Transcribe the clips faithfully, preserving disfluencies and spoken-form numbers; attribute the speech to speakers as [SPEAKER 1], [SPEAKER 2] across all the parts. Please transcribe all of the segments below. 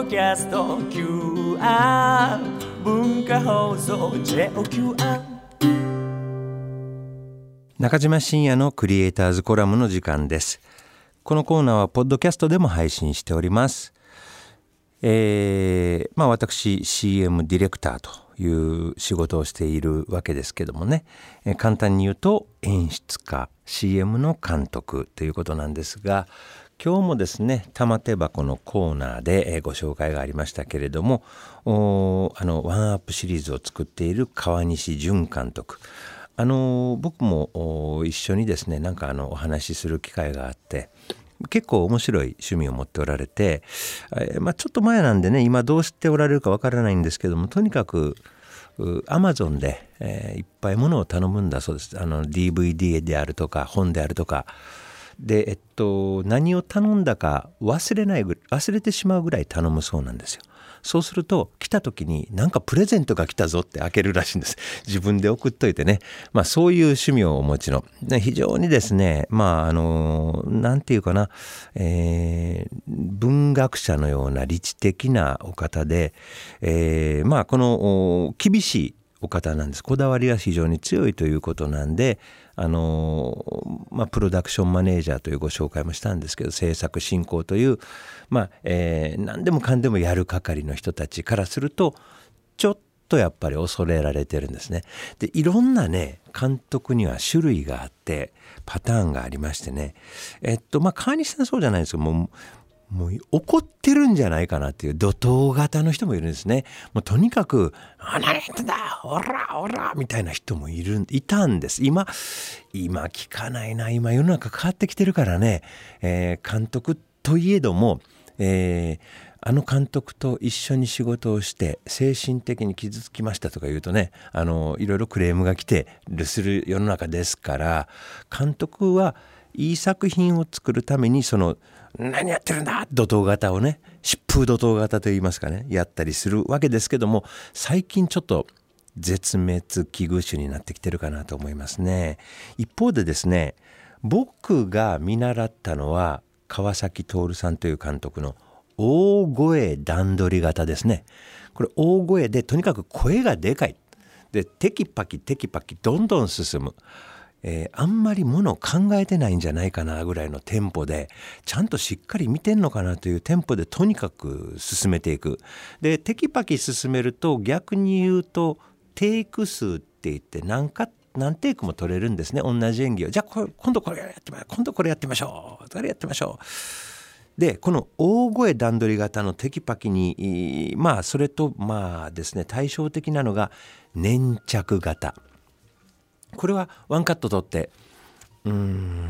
[SPEAKER 1] ドキャスト キューアール 文化放送 ジェイオーキューアール。
[SPEAKER 2] 中島真也のクリエイターズコラムの時間です。このコーナーはポッドキャストでも配信しております。えー、まあ私 シーエム ディレクターという仕事をしているわけですけどもね、えー、簡単に言うと演出家 シーエム の監督ということなんですが、今日もですね玉手箱のコーナーで、えー、ご紹介がありましたけれども、おあのワンアップシリーズを作っている川西淳監督、あの僕も一緒にですねなんかあのお話しする機会があって、結構面白い趣味を持っておられて、えーまあ、ちょっと前なんでね今どうしておられるかわからないんですけども、とにかくアマゾンで、えー、いっぱいものを頼むんだそうです。あの ディーブイディー であるとか本であるとかで、えっと何を頼んだか忘れないぐ忘れてしまうぐらい頼むそうなんですよ。そうすると来た時になんかプレゼントが来たぞって開けるらしいんです。自分で送っといてね。まあそういう趣味をお持ちの非常にですね、まああのなんていうかな、えー、文学者のような理知的なお方で、えー、まあこの厳しいお方なんです。こだわりが非常に強いということなんで、あのまあ、プロダクションマネージャーというご紹介もしたんですけど、制作進行という、まあえー、何でもかんでもやる係の人たちからするとちょっとやっぱり恐れられてるんですね。でいろんなね監督には種類があってパターンがありましてね、えっとまあ川西さんそうじゃないですけどもうもう怒ってるんじゃないかなっていう怒涛型の人もいるんですね。もうとにかくあ何やってんだオラオラみたいな人もいるいたんです。今今聞かないな。今世の中変わってきてるからね、えー、監督といえども、えー、あの監督と一緒に仕事をして精神的に傷つきましたとか言うとね、あのいろいろクレームが来てるする世の中ですから、監督はいい作品を作るためにその何やってるんだ怒涛型をね、疾風怒涛型と言いますかね、やったりするわけですけども、最近ちょっと絶滅危惧種になってきてるかなと思いますね。一方でですね、僕が見習ったのは川崎徹さんという監督の大声段取り型ですね。これ大声でとにかく声がでかいで、テキパキテキパキどんどん進む、えー、あんまりものを考えてないんじゃないかなぐらいのテンポで、ちゃんとしっかり見てんのかなというテンポでとにかく進めていく。でテキパキ進めると逆に言うとテイク数って言って何か何テイクも取れるんですね、同じ演技を。じゃあこれ今度これやってみましょう今度これやってみましょうこれやってみましょう。でこの大声段取り型のテキパキに、まあそれとまあですね対照的なのが粘着型。これはワンカット取ってうーん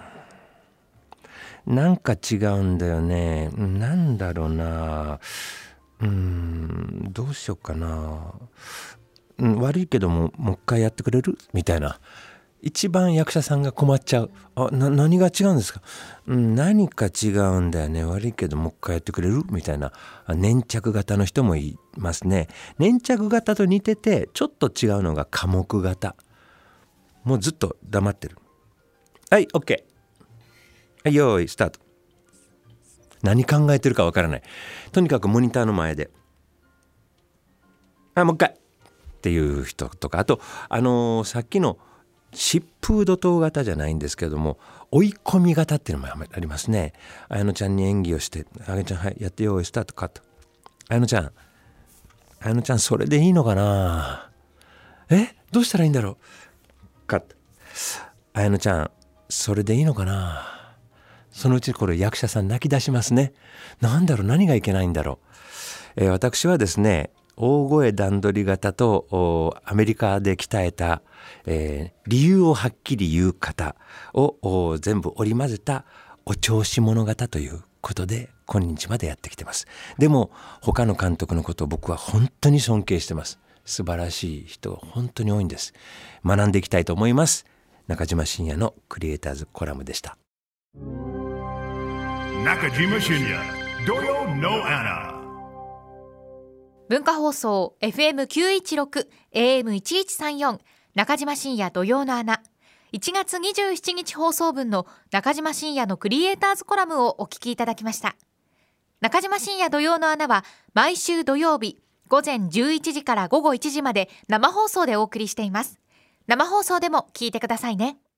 [SPEAKER 2] なんか違うんだよね。なんだろうな、うーんどうしようかな、うん、悪いけどももう一回やってくれるみたいな。一番役者さんが困っちゃう。あな何が違うんですか、うん、何か違うんだよね、悪いけどもう一回やってくれるみたいな。粘着型の人もいますね。粘着型と似ててちょっと違うのが寡黙型。もうずっと黙ってる。はい OK、 はい用意スタート。何考えてるかわからない。とにかくモニターの前であもう一回っていう人とか、あとあのー、さっきの疾風怒涛型じゃないんですけども追い込み型っていうのもありますね。綾乃ちゃんに演技をして、あやのちゃんはいやって用意スタートカット。綾乃ちゃん綾乃ちゃんそれでいいのかな、えどうしたらいいんだろう、カット。綾乃ちゃんそれでいいのかな。そのうちこれ役者さん泣き出しますね。なんだろう何がいけないんだろう、えー、私はですね大声段取り型とアメリカで鍛えた、えー、理由をはっきり言う方を全部織り交ぜたお調子者型ということで今日までやってきてます。でも他の監督のことを僕は本当に尊敬してます。素晴らしい人本当に多いんです。学んでいきたいと思います。中島真也のクリエイターズコラムでした。
[SPEAKER 3] 中島真也土曜のアナ。
[SPEAKER 4] 文化放送 エフエムきゅういちろく エーエムいちいちさんよん 中島真也土曜の穴。いちがつにじゅうしちにち放送分の中島真也のクリエイターズコラムをお聞きいただきました。 中島深夜土曜の穴は毎週土曜日午前じゅういちじから午後いちじまで生放送でお送りしています。生放送でも聞いてくださいね。